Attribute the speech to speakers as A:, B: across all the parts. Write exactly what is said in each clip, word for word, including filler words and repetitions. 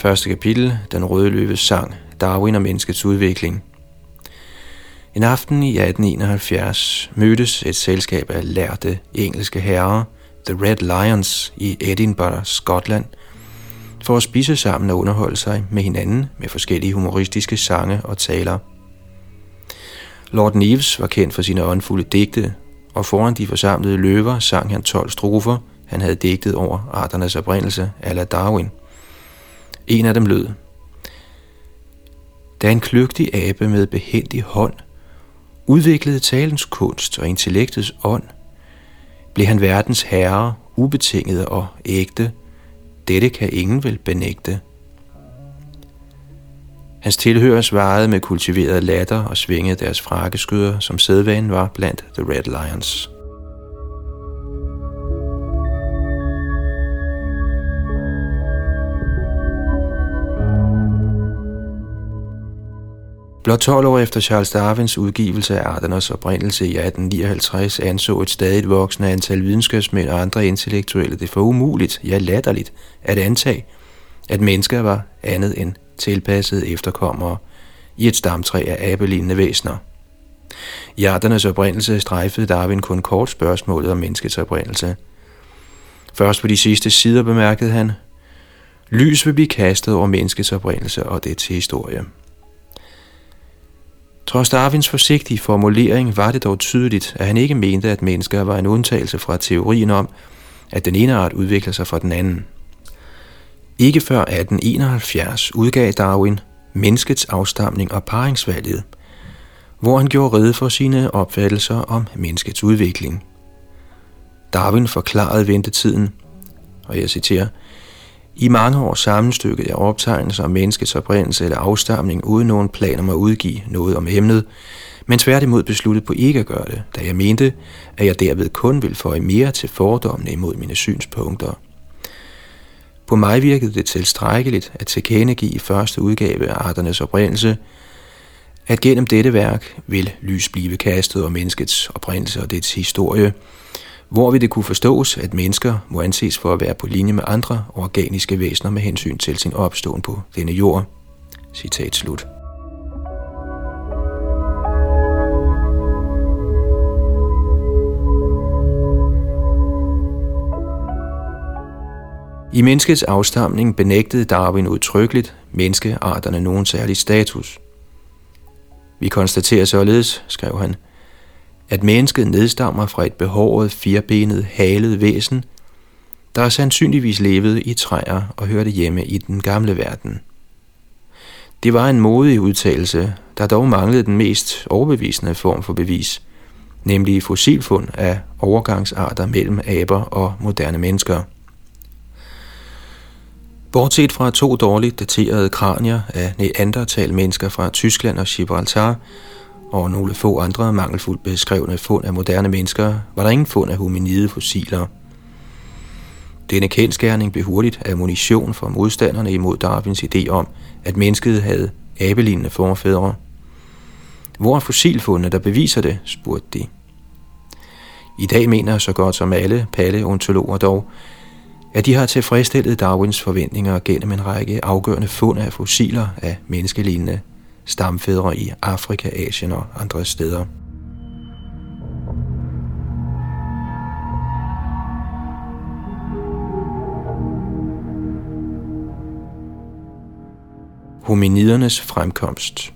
A: Første kapitel, Den røde løves sang, Darwin og menneskets udvikling. En aften i atten enoghalvfjerds mødtes et selskab af lærte engelske herrer, The Red Lions, i Edinburgh, Skotland, for at spise sammen og underholde sig med hinanden med forskellige humoristiske sange og taler. Lord Neves var kendt for sine åndfulde digte, og foran de forsamlede løver sang han tolv strofer, han havde digtet over arternes oprindelse a la Darwin. En af dem lød: Da en kløgtig abe med behændig hånd udviklede talens kunst og intellektets ånd, blev han verdens herre, ubetinget og ægte. Dette kan ingen vel benægte. Hans tilhører svarede med kultiveret latter og svingede deres frakkeskyder, som sædvanen var blandt The Red Lions. Blot tolv år efter Charles Darwins udgivelse af Arternes oprindelse i atten nioghalvtreds anså et stadigt voksende antal videnskabsmænd og andre intellektuelle det for umuligt, ja latterligt, at antage, at mennesker var andet end tilpassede efterkommere i et stamtræ af abelignende væsener. I Arternes oprindelse strejfede Darwin kun kort spørgsmålet om menneskets oprindelse. Først på de sidste sider bemærkede han: lys vil blive kastet over menneskets oprindelse og dets historie. Trods Darwins forsigtige formulering var det dog tydeligt, at han ikke mente, at mennesker var en undtagelse fra teorien om, at den ene art udvikler sig fra den anden. Ikke før atten enoghalvfjerds udgav Darwin Menneskets afstamning og parringsvalget, hvor han gjorde rede for sine opfattelser om menneskets udvikling. Darwin forklarede ventetiden, og jeg citerer: I mange år sammenstykkede jeg optegnelser om menneskets oprindelse eller afstamning uden nogen plan om at udgive noget om emnet, men tværtimod besluttede på ikke at gøre det, da jeg mente, at jeg derved kun ville føje mere til fordommene imod mine synspunkter. På mig virkede det tilstrækkeligt at tilkendegive i første udgave af Arternes oprindelse, at gennem dette værk vil lys blive kastet over menneskets oprindelse og dets historie, hvor vi det kunne forstås, at mennesker må anses for at være på linje med andre organiske væsener med hensyn til sin opståen på denne jord. Citat slut. I menneskets afstamning benægtede Darwin udtrykkeligt menneskearterne nogen særlig status. Vi konstaterer således, skrev han, at mennesket nedstammer fra et behåret, firbenet, halet væsen, der sandsynligvis levede i træer og hørte hjemme i den gamle verden. Det var en modig udtalelse, der dog manglede den mest overbevisende form for bevis, nemlig fossilfund af overgangsarter mellem aber og moderne mennesker. Bortset fra to dårligt daterede kranier af neandertal-mennesker fra Tyskland og Gibraltar, og nogle få andre mangelfuldt beskrevne fund af moderne mennesker, var der ingen fund af hominide fossiler. Denne kendsgerning blev hurtigt ammunition for modstanderne imod Darwins idé om, at mennesket havde abelignende forfædre. Hvor er fossilfundene, der beviser det, spurgte de. I dag mener så godt som alle palæontologer dog, at de har tilfredsstillet Darwins forventninger gennem en række afgørende fund af fossiler af menneskelignende stamfædre i Afrika, Asien og andre steder. Hominidernes fremkomst.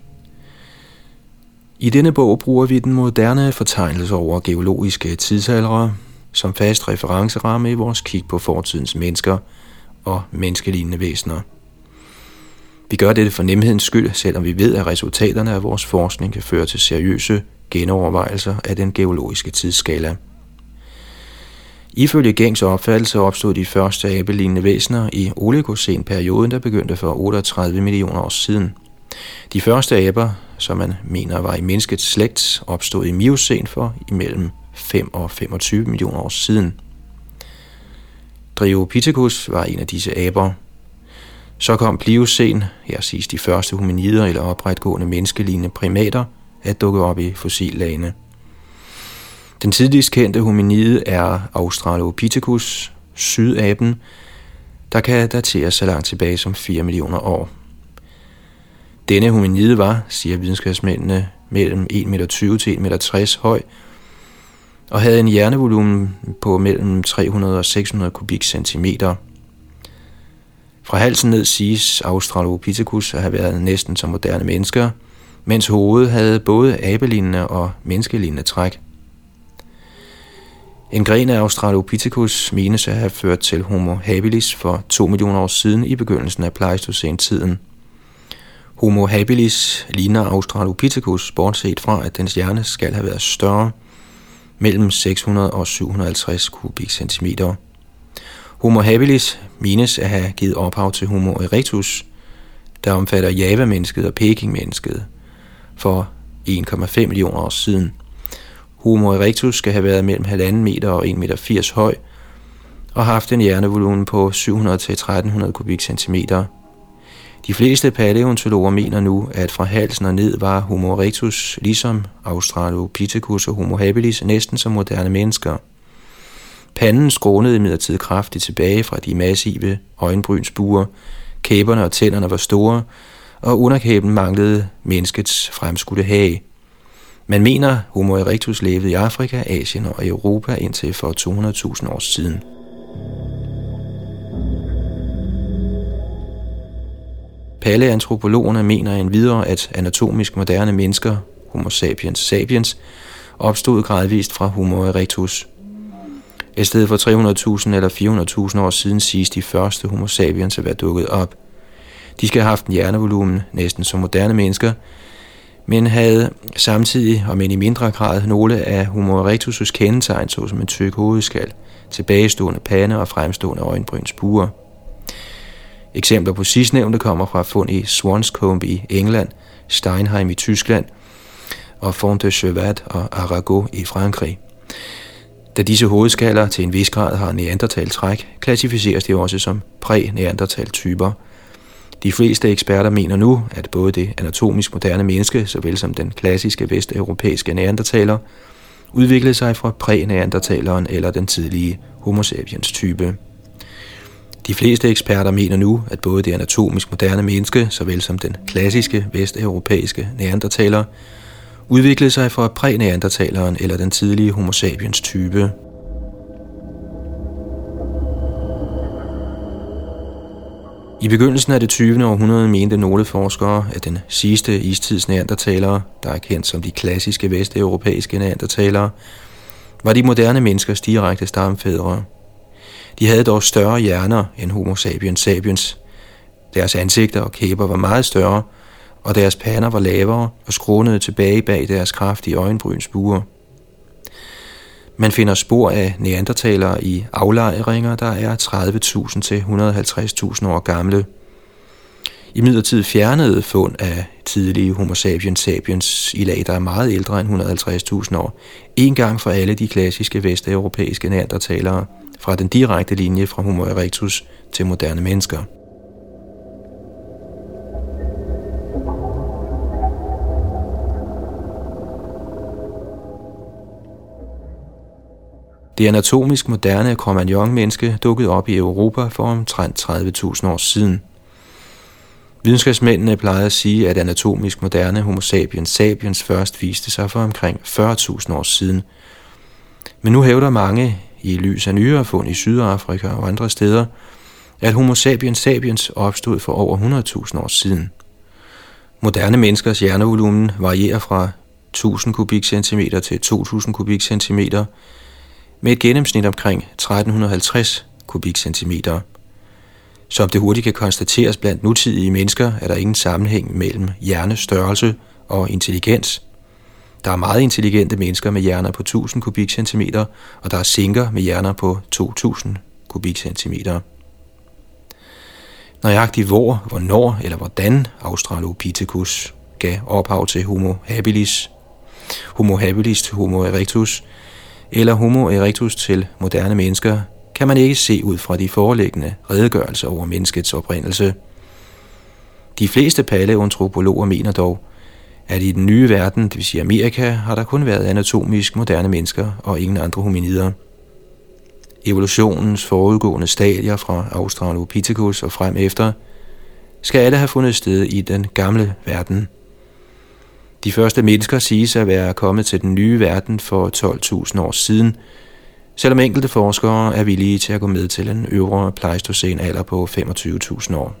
A: I denne bog bruger vi den moderne fortegnelse over geologiske tidsaldre som fast referenceramme i vores kig på fortidens mennesker og menneskelignende væsener. Vi gør dette for nemhedens skyld, selvom vi ved, at resultaterne af vores forskning kan føre til seriøse genovervejelser af den geologiske tidsskala. Ifølge gængs opfattelse opstod de første abelignende væsener i oligocen-perioden, der begyndte for otteogtredive millioner år siden. De første aber, som man mener var i menneskets slægt, opstod i miocen for imellem fem og femogtyve millioner år siden. Dryopithecus var en af disse aber. Så kom Pliocen, her siges de første hominider eller opretgående menneskelignende primater, at dukke op i fossillagene. Den tidligst kendte hominide er Australopithecus, sydaben, der kan dateres så langt tilbage som fire millioner år. Denne hominide var, siger videnskabsmændene, mellem en komma tyve meter til en komma tres meter høj, og havde en hjernevolumen på mellem tre hundrede og seks hundrede kubikcentimeter. Fra halsen ned siges Australopithecus at have været næsten som moderne mennesker, mens hovedet havde både abelignende og menneskelignende træk. En gren af Australopithecus menes at have ført til Homo habilis for to millioner år siden i begyndelsen af Pleistocæn-tiden. Homo habilis ligner Australopithecus, bortset fra at dens hjerne skal have været større, mellem seks hundrede og syv hundrede og halvtreds kubikcentimeter. Homo habilis menes at have givet ophav til Homo erectus, der omfatter Java-mennesket og Peking-mennesket, for en komma fem millioner år siden. Homo erectus skal have været mellem halvanden meter og en komma firs meter høj, og haft en hjernevolumen på syv hundrede til tretten hundrede kubikcentimeter. De fleste palæontologer mener nu, at fra halsen og ned var Homo erectus, ligesom Australopithecus og Homo habilis, næsten som moderne mennesker. Panden skrånede imidlertid kraftigt tilbage fra de massive øjenbrynsbuer, kæberne og tænderne var store, og underkæben manglede menneskets fremskudte hage. Man mener, Homo erectus levede i Afrika, Asien og Europa indtil for to hundrede tusind år siden. Palæantropologerne mener endvidere, at anatomisk moderne mennesker, Homo sapiens sapiens, opstod gradvist fra Homo erectus. I stedet for tre hundrede tusind eller fire hundrede tusind år siden siges de første Homo sapiens at være dukket op. De skal have haft en hjernevolumen næsten som moderne mennesker, men havde samtidig, og men i mindre grad, nogle af Homo erectus' kendetegn, såsom en tyk hovedskal, tilbagestående pande og fremstående øjenbrynsbuer. Eksempler på sidstnævnte kommer fra fund i Swanscombe i England, Steinheim i Tyskland og Font de Chevat og Arago i Frankrig. Da disse hovedskaller til en vis grad har neandertal-træk, klassificeres de også som præ-neandertal-typer. De fleste eksperter mener nu, at både det anatomisk moderne menneske, såvel som den klassiske vesteuropæiske neandertaler, udviklede sig fra præ-neandertaleren eller den tidlige Homo sapiens-type. De fleste eksperter mener nu, at både det anatomisk moderne menneske, såvel som den klassiske vesteuropæiske neandertaler, udviklede sig fra præ-neandertaleren eller den tidlige Homo sapiens-type. I begyndelsen af det tyvende århundrede mente nogle forskere, at den sidste istids neandertalere, der er kendt som de klassiske vesteuropæiske neandertalere, var de moderne menneskers direkte stamfædre. De havde dog større hjerner end Homo sapiens sapiens. Deres ansigter og kæber var meget større, og deres pander var lavere og skrånede tilbage bag deres kraftige øjenbrynsbuer. Man finder spor af neandertalere i aflejringer, der er tredive tusind til et hundrede og halvtreds tusind år gamle. Imidlertid fjernede fund af tidlige Homo sapiens sapiens i lag, der er meget ældre end et hundrede og halvtreds tusind år, en gang for alle de klassiske vesteuropæiske neandertalere fra den direkte linje fra Homo erectus til moderne mennesker. Det anatomisk moderne Cro-Magnon-menneske dukkede op i Europa for omtrent tredive tusind år siden. Videnskabsmændene plejer at sige, at anatomisk moderne Homo sapiens sapiens først viste sig for omkring fyrre tusind år siden. Men nu hævder mange, i lys af nyere fund i Sydafrika og andre steder, at Homo sapiens sapiens opstod for over hundrede tusind år siden. Moderne menneskers hjernevolumen varierer fra tusind kubikcentimeter til to tusind kubikcentimeter, med et gennemsnit omkring tretten halvtreds kubikcentimeter. Som det hurtigt kan konstateres blandt nutidige mennesker, er der ingen sammenhæng mellem hjernestørrelse og intelligens. Der er meget intelligente mennesker med hjerner på tusind kubikcentimeter, og der er sinker med hjerner på to tusind kubikcentimeter. Nøjagtigt hvor, hvornår eller hvordan Australopithecus gav ophav til Homo habilis, Homo habilis til Homo erectus, eller Homo erectus til moderne mennesker, kan man ikke se ud fra de foreliggende redegørelser over menneskets oprindelse. De fleste palæontropologer mener dog, at i den nye verden, det vil sige Amerika, har der kun været anatomisk moderne mennesker og ingen andre hominider. evolutionens forudgående stadier fra Australopithecus og frem efter, skal alle have fundet sted i den gamle verden. De første mennesker siges at være kommet til den nye verden for tolv tusind år siden, selvom enkelte forskere er villige til at gå med til en øvre pleistocæn alder på femogtyve tusind år.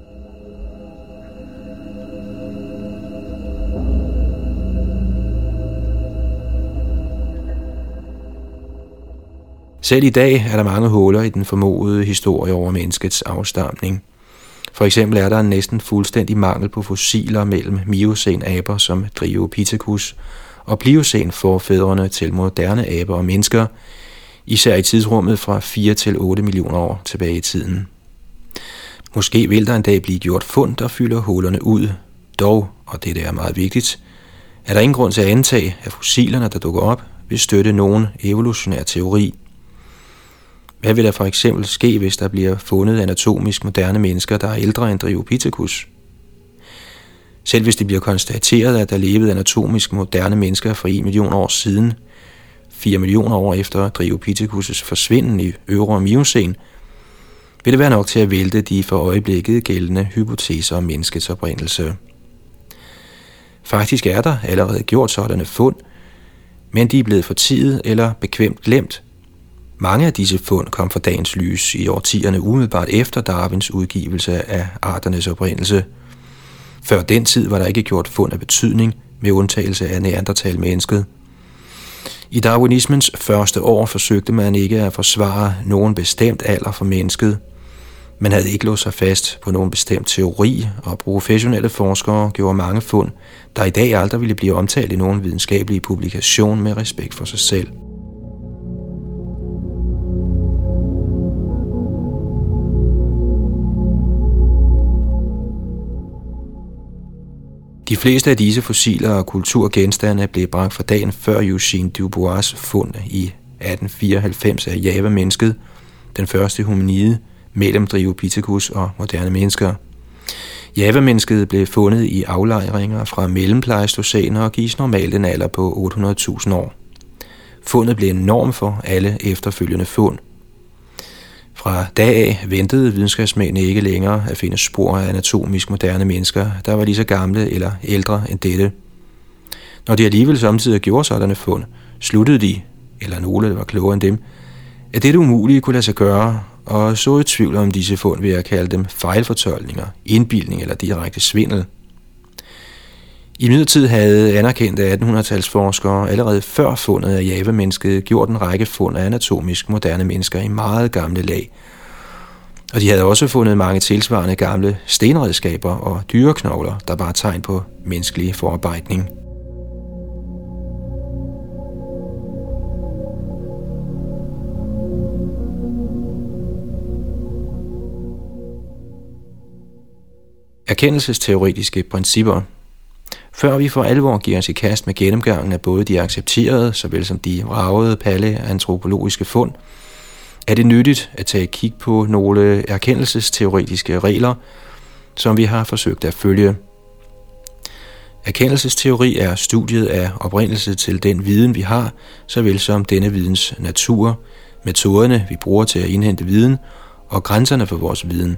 A: Selv i dag er der mange huller i den formodede historie over menneskets afstamning. For eksempel er der en næsten fuldstændig mangel på fossiler mellem miocæn-aber som Dryopithecus og pliocæn-forfædrene til moderne aber og mennesker, især i tidsrummet fra fire til otte millioner år tilbage i tiden. Måske vil der en dag blive gjort fund, der fylder hullerne ud. Dog, og det er meget vigtigt, er der ingen grund til at antage, at fossilerne, der dukker op, vil støtte nogen evolutionær teori. Hvad vil der for eksempel ske, hvis der bliver fundet anatomisk moderne mennesker, der er ældre end Dryopithecus? Selv hvis det bliver konstateret, at der levede anatomisk moderne mennesker for en million år siden, fire millioner år efter Dryopithecus' forsvinden i øvre miocæn, vil det være nok til at vælte de for øjeblikket gældende hypoteser om menneskets oprindelse. Faktisk er der allerede gjort sådanne fund, men de er blevet fortiet eller bekvemt glemt. Mange af disse fund kom fra dagens lys i årtierne umiddelbart efter Darwins udgivelse af arternes oprindelse. Før den tid var der ikke gjort fund af betydning, med undtagelse af neandertalmennesket. I darwinismens første år forsøgte man ikke at forsvare nogen bestemt alder for mennesket. Man havde ikke låst sig fast på nogen bestemt teori, og professionelle forskere gjorde mange fund, der i dag aldrig ville blive omtalt i nogen videnskabelig publikation med respekt for sig selv. De fleste af disse fossiler og kulturgenstande blev bragt fra dagen før Eugène Dubois' fund i atten fireoghalvfems af Java-mennesket, den første hominide mellem Dryopithecus og moderne mennesker. Java-mennesket blev fundet i aflejringer fra mellempleistocæn og gives normalt en alder på otte hundrede tusind år. Fundet blev en norm for alle efterfølgende fund. Fra dag af ventede videnskabsmændene ikke længere at finde spor af anatomisk moderne mennesker, der var lige så gamle eller ældre end dette. Når de alligevel samtidig gjorde sådanne fund, sluttede de, eller nogle der var klogere end dem, at dette umulige kunne lade sig gøre, og så i tvivl om disse fund ved at kalde dem fejlfortolkninger, indbildning eller direkte svindel. I midlertid havde anerkendte attenhundrede-talsforskere allerede før fundet af Java-mennesket gjort en række fund af anatomisk moderne mennesker i meget gamle lag. Og de havde også fundet mange tilsvarende gamle stenredskaber og dyreknogler, der bare tegn på menneskelig forarbejdning. Erkendelsesteoretiske principper. Før vi for alvor giver os i kast med gennemgangen af både de accepterede, såvel som de vragede palæantropologiske fund, er det nyttigt at tage et kig på nogle erkendelsesteoretiske regler, som vi har forsøgt at følge. Erkendelsesteori er studiet af oprindelse til den viden, vi har, såvel som denne videns natur, metoderne, vi bruger til at indhente viden, og grænserne for vores viden.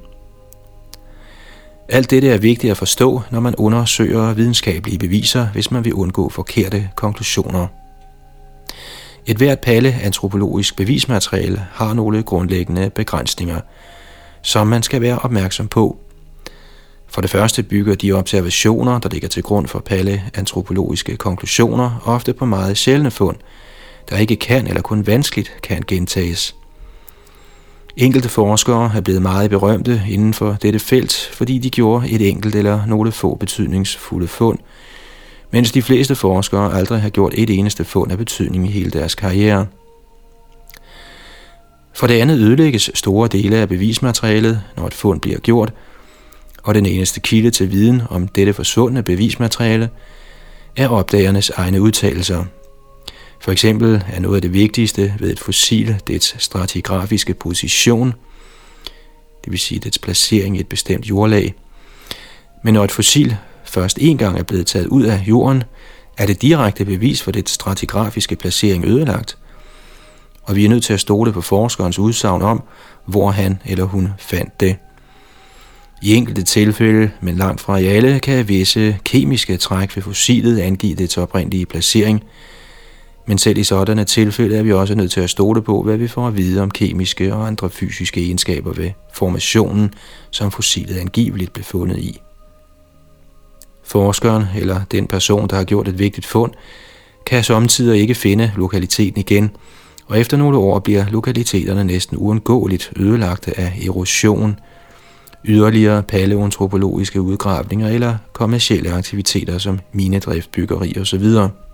A: Alt dette er vigtigt at forstå, når man undersøger videnskabelige beviser, hvis man vil undgå forkerte konklusioner. Et hvert palæantropologisk bevismateriale har nogle grundlæggende begrænsninger, som man skal være opmærksom på. For det første bygger de observationer, der ligger til grund for palæantropologiske konklusioner, ofte på meget sjældne fund, der ikke kan eller kun vanskeligt kan gentages. Enkelte forskere er blevet meget berømte inden for dette felt, fordi de gjorde et enkelt eller nogle få betydningsfulde fund, mens de fleste forskere aldrig har gjort et eneste fund af betydning i hele deres karriere. For det andet ødelægges store dele af bevismaterialet, når et fund bliver gjort, og den eneste kilde til viden om dette forsvundne bevismateriale er opdagernes egne udtalelser. For eksempel er noget af det vigtigste ved et fossil dets stratigrafiske position, det vil sige dets placering i et bestemt jordlag. Men når et fossil først en gang er blevet taget ud af jorden, er det direkte bevis for dets stratigrafiske placering ødelagt, og vi er nødt til at stole på forskerens udsagn om, hvor han eller hun fandt det. I enkelte tilfælde, men langt fra i alle, kan visse kemiske træk ved fossilet angive dets oprindelige placering, men selv i sådanne tilfælde er vi også nødt til at stole på, hvad vi får at vide om kemiske og andre fysiske egenskaber ved formationen, som fossilet angiveligt blev fundet i. Forskeren eller den person, der har gjort et vigtigt fund, kan samtidig ikke finde lokaliteten igen, og efter nogle år bliver lokaliteterne næsten uundgåeligt ødelagte af erosion, yderligere palæoantropologiske udgravninger eller kommercielle aktiviteter som minedrift, byggeri osv.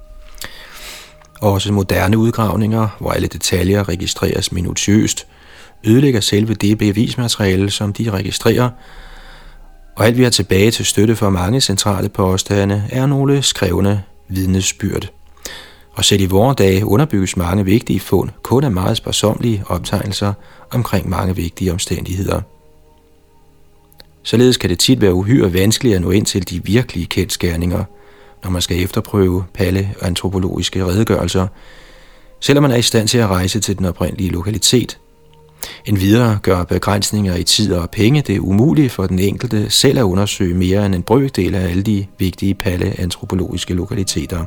A: Også moderne udgravninger, hvor alle detaljer registreres minutiøst, ødelægger selve det bevismateriale, som de registrerer, og alt vi har tilbage til støtte for mange centrale påstande er nogle skrevne vidnesbyrd. Og selv i vore dage underbygges mange vigtige fund kun af meget sparsomlige optegnelser omkring mange vigtige omstændigheder. Således kan det tit være uhyre vanskeligt at nå ind til de virkelige kendsgerninger, når man skal efterprøve palæoantropologiske redegørelser, selvom man er i stand til at rejse til den oprindelige lokalitet. Endvidere gør begrænsninger i tid og penge det umuligt for den enkelte selv at undersøge mere end en brøkdel af alle de vigtige palæoantropologiske lokaliteter.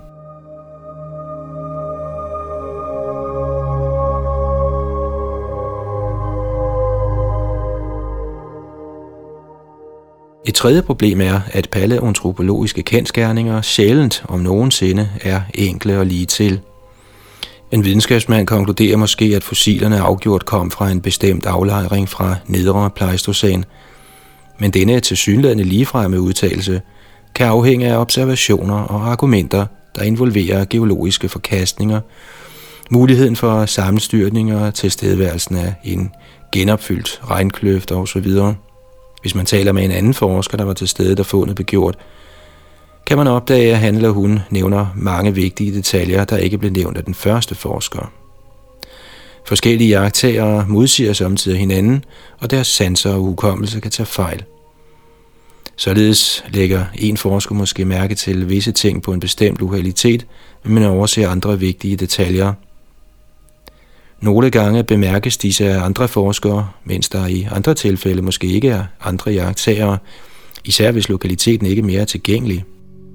A: Et tredje problem er, at palæoantropologiske kendsgerninger sjældent om nogensinde er enkle og lige til. En videnskabsmand konkluderer måske, at fossilerne afgjort kom fra en bestemt aflejring fra nedre Pleistocæn, men denne tilsyneladende ligefremme udtalelse kan afhænge af observationer og argumenter, der involverer geologiske forkastninger, muligheden for sammenstyrtninger, tilstedeværelsen af en genopfyldt regnkløft osv. Hvis man taler med en anden forsker, der var til stede, da fundet blev gjort, kan man opdage, at han eller hun nævner mange vigtige detaljer, der ikke blev nævnt af den første forsker. Forskellige iagttagere modsiger samtidig hinanden, og deres sanser og hukommelse kan tage fejl. Således lægger en forsker måske mærke til visse ting på en bestemt lokalitet, men overser andre vigtige detaljer. Nogle gange bemærkes disse af andre forskere, mens der i andre tilfælde måske ikke er andre iagttagere, især hvis lokaliteten ikke mere er tilgængelig.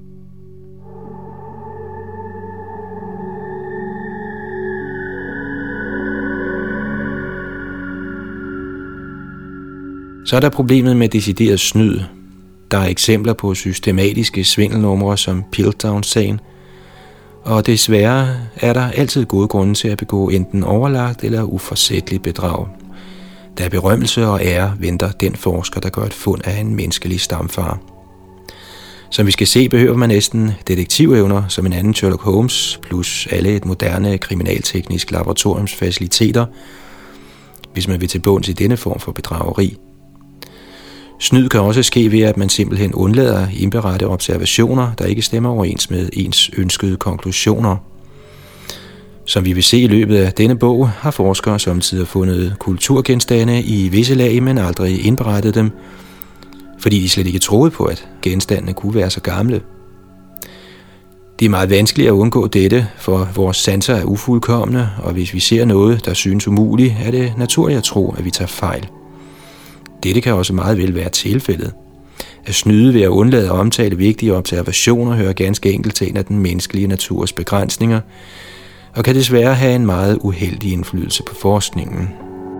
A: Så er der problemet med decideret snyd. Der er eksempler på systematiske svindelnumre som Piltdown-sagen, og desværre er der altid gode grunde til at begå enten overlagt eller uforsætligt bedrag. Da berømmelse og ære venter den forsker, der gør et fund af en menneskelig stamfar. Som vi skal se, behøver man næsten detektivevner som en anden Sherlock Holmes, plus alle et moderne kriminalteknisk laboratoriums faciliteter, hvis man vil til bunds i denne form for bedrageri. Snyd kan også ske ved, at man simpelthen undlader at indberette observationer, der ikke stemmer overens med ens ønskede konklusioner. Som vi vil se i løbet af denne bog, har forskere samtidig fundet kulturgenstande i visse lag, men aldrig indberettet dem, fordi de slet ikke troede på, at genstandene kunne være så gamle. Det er meget vanskeligt at undgå dette, for vores sanser er ufuldkomne, og hvis vi ser noget, der synes umuligt, er det naturligt at tro, at vi tager fejl. Dette kan også meget vel være tilfældet. At snyde ved at undlade at omtale vigtige observationer hører ganske enkelt til en af den menneskelige naturs begrænsninger, og kan desværre have en meget uheldig indflydelse på forskningen.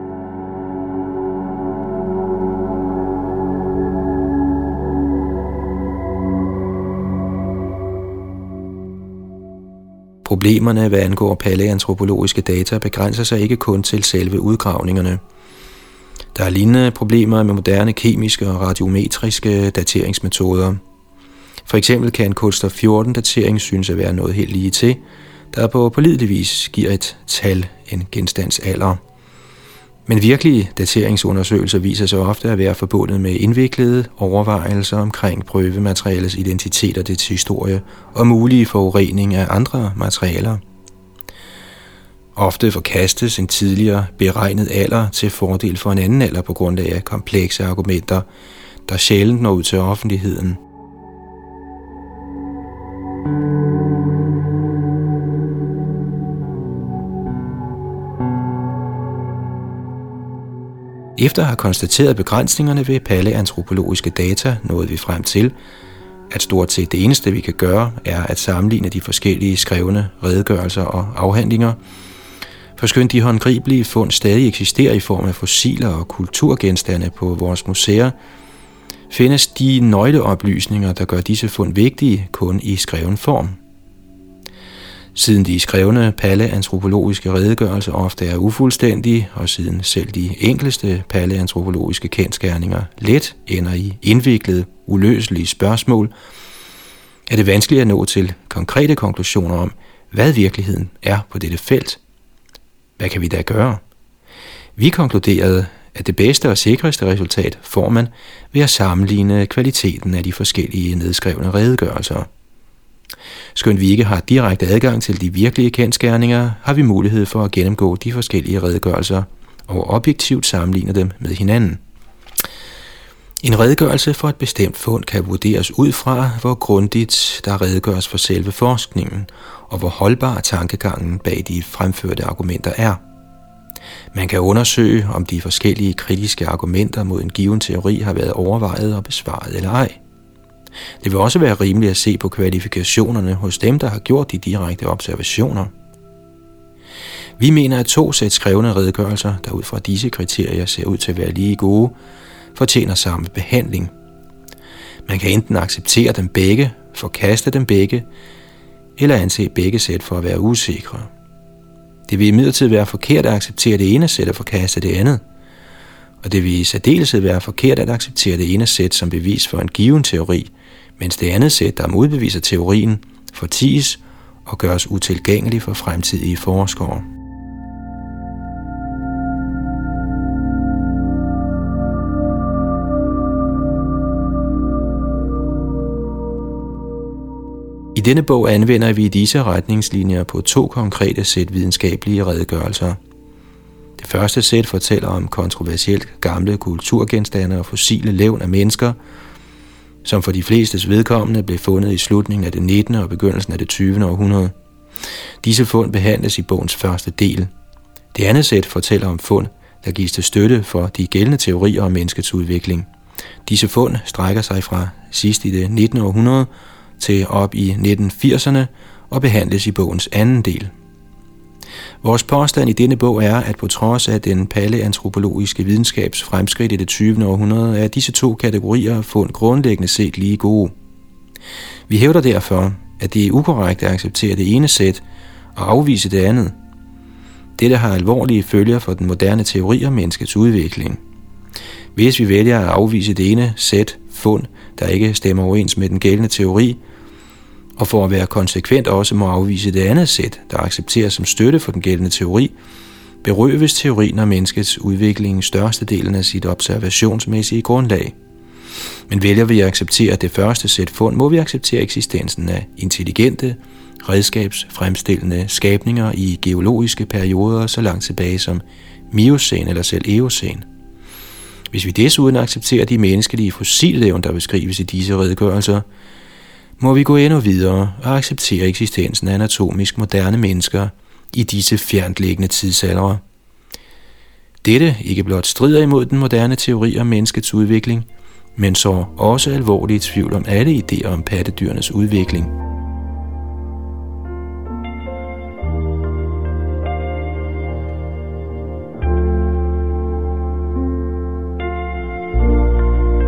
A: Problemerne, hvad angår palæoantropologiske data, begrænser sig ikke kun til selve udgravningerne. Der er lignende problemer med moderne kemiske og radiometriske dateringsmetoder. For eksempel kan en kulstof fjorten datering synes at være noget helt lige til, der på pålidelig vis giver et tal, en genstands alder. Men virkelige dateringsundersøgelser viser sig ofte at være forbundet med indviklede overvejelser omkring prøvematerialets identitet og dets historie og mulige forurening af andre materialer. Ofte forkastes en tidligere beregnet alder til fordel for en anden alder på grund af komplekse argumenter, der sjældent når ud til offentligheden. Efter at have konstateret begrænsningerne ved palæantropologiske data, nåede vi frem til, at stort set det eneste, vi kan gøre, er at sammenligne de forskellige skrevne redegørelser og afhandlinger, for skønt de håndgribelige fund stadig eksisterer i form af fossiler og kulturgenstande på vores museer, findes de nøgleoplysninger, der gør disse fund vigtige, kun i skreven form. Siden de skrevne palæantropologiske redegørelser ofte er ufuldstændige, og siden selv de enkleste palæantropologiske kendsgerninger let ender i indviklede, uløselige spørgsmål, er det vanskeligt at nå til konkrete konklusioner om, hvad virkeligheden er på dette felt. Hvad kan vi da gøre? Vi konkluderede, at det bedste og sikreste resultat får man ved at sammenligne kvaliteten af de forskellige nedskrevne redegørelser. Skønt vi ikke har direkte adgang til de virkelige kendsgerninger, har vi mulighed for at gennemgå de forskellige redegørelser og objektivt sammenligne dem med hinanden. En redegørelse for et bestemt fund kan vurderes ud fra, hvor grundigt der redegøres for selve forskningen, og hvor holdbar tankegangen bag de fremførte argumenter er. Man kan undersøge, om de forskellige kritiske argumenter mod en given teori har været overvejet og besvaret eller ej. Det vil også være rimeligt at se på kvalifikationerne hos dem, der har gjort de direkte observationer. Vi mener, at to sæt skrevne redegørelser, der ud fra disse kriterier ser ud til at være lige gode, fortjener samme behandling. Man kan enten acceptere dem begge, forkaste dem begge, eller anse begge sæt for at være usikre. Det vil imidlertid være forkert at acceptere det ene sæt og forkaste det andet, og det vil i særdeleshed være forkert at acceptere det ene sæt som bevis for en given teori, mens det andet sæt, der modbeviser teorien, forties og gøres utilgængelig for fremtidige forskere. I denne bog anvender vi disse retningslinjer på to konkrete sæt videnskabelige redegørelser. Det første sæt fortæller om kontroversielt gamle kulturgenstande og fossile levn af mennesker, som for de flestes vedkommende blev fundet i slutningen af det nittende og begyndelsen af det tyvende århundrede. Disse fund behandles i bogens første del. Det andet sæt fortæller om fund, der gives til støtte for de gældende teorier om menneskets udvikling. Disse fund strækker sig fra sidst i det nittende århundrede til op i nitten firserne og behandles i bogens anden del. Vores påstand i denne bog er, at på trods af den palæantropologiske videnskabs fremskridt i det tyvende århundrede, er disse to kategorier fund grundlæggende set lige gode. Vi hævder derfor, at det er ukorrekt at acceptere det ene sæt og afvise det andet. Dette har alvorlige følger for den moderne teori om menneskets udvikling. Hvis vi vælger at afvise det ene sæt fund, der ikke stemmer overens med den gældende teori, og for at være konsekvent også må afvise det andet sæt, der accepteres som støtte for den gældende teori, berøves teorien om menneskets udvikling størstedelen af sit observationsmæssige grundlag. Men vælger vi at acceptere det første sæt fund, må vi acceptere eksistensen af intelligente, redskabsfremstillende skabninger i geologiske perioder så langt tilbage som miocæn eller selv eocæn. Hvis vi desuden accepterer de menneskelige fossillevn, der beskrives i disse redegørelser, må vi gå endnu videre og acceptere eksistensen af anatomisk moderne mennesker i disse fjerntliggende tidsaldre. Dette ikke blot strider imod den moderne teori om menneskets udvikling, men så også alvorligt tvivl om alle idéer om pattedyrenes udvikling.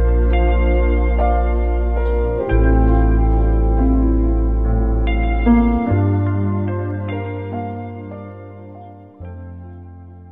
B: thank you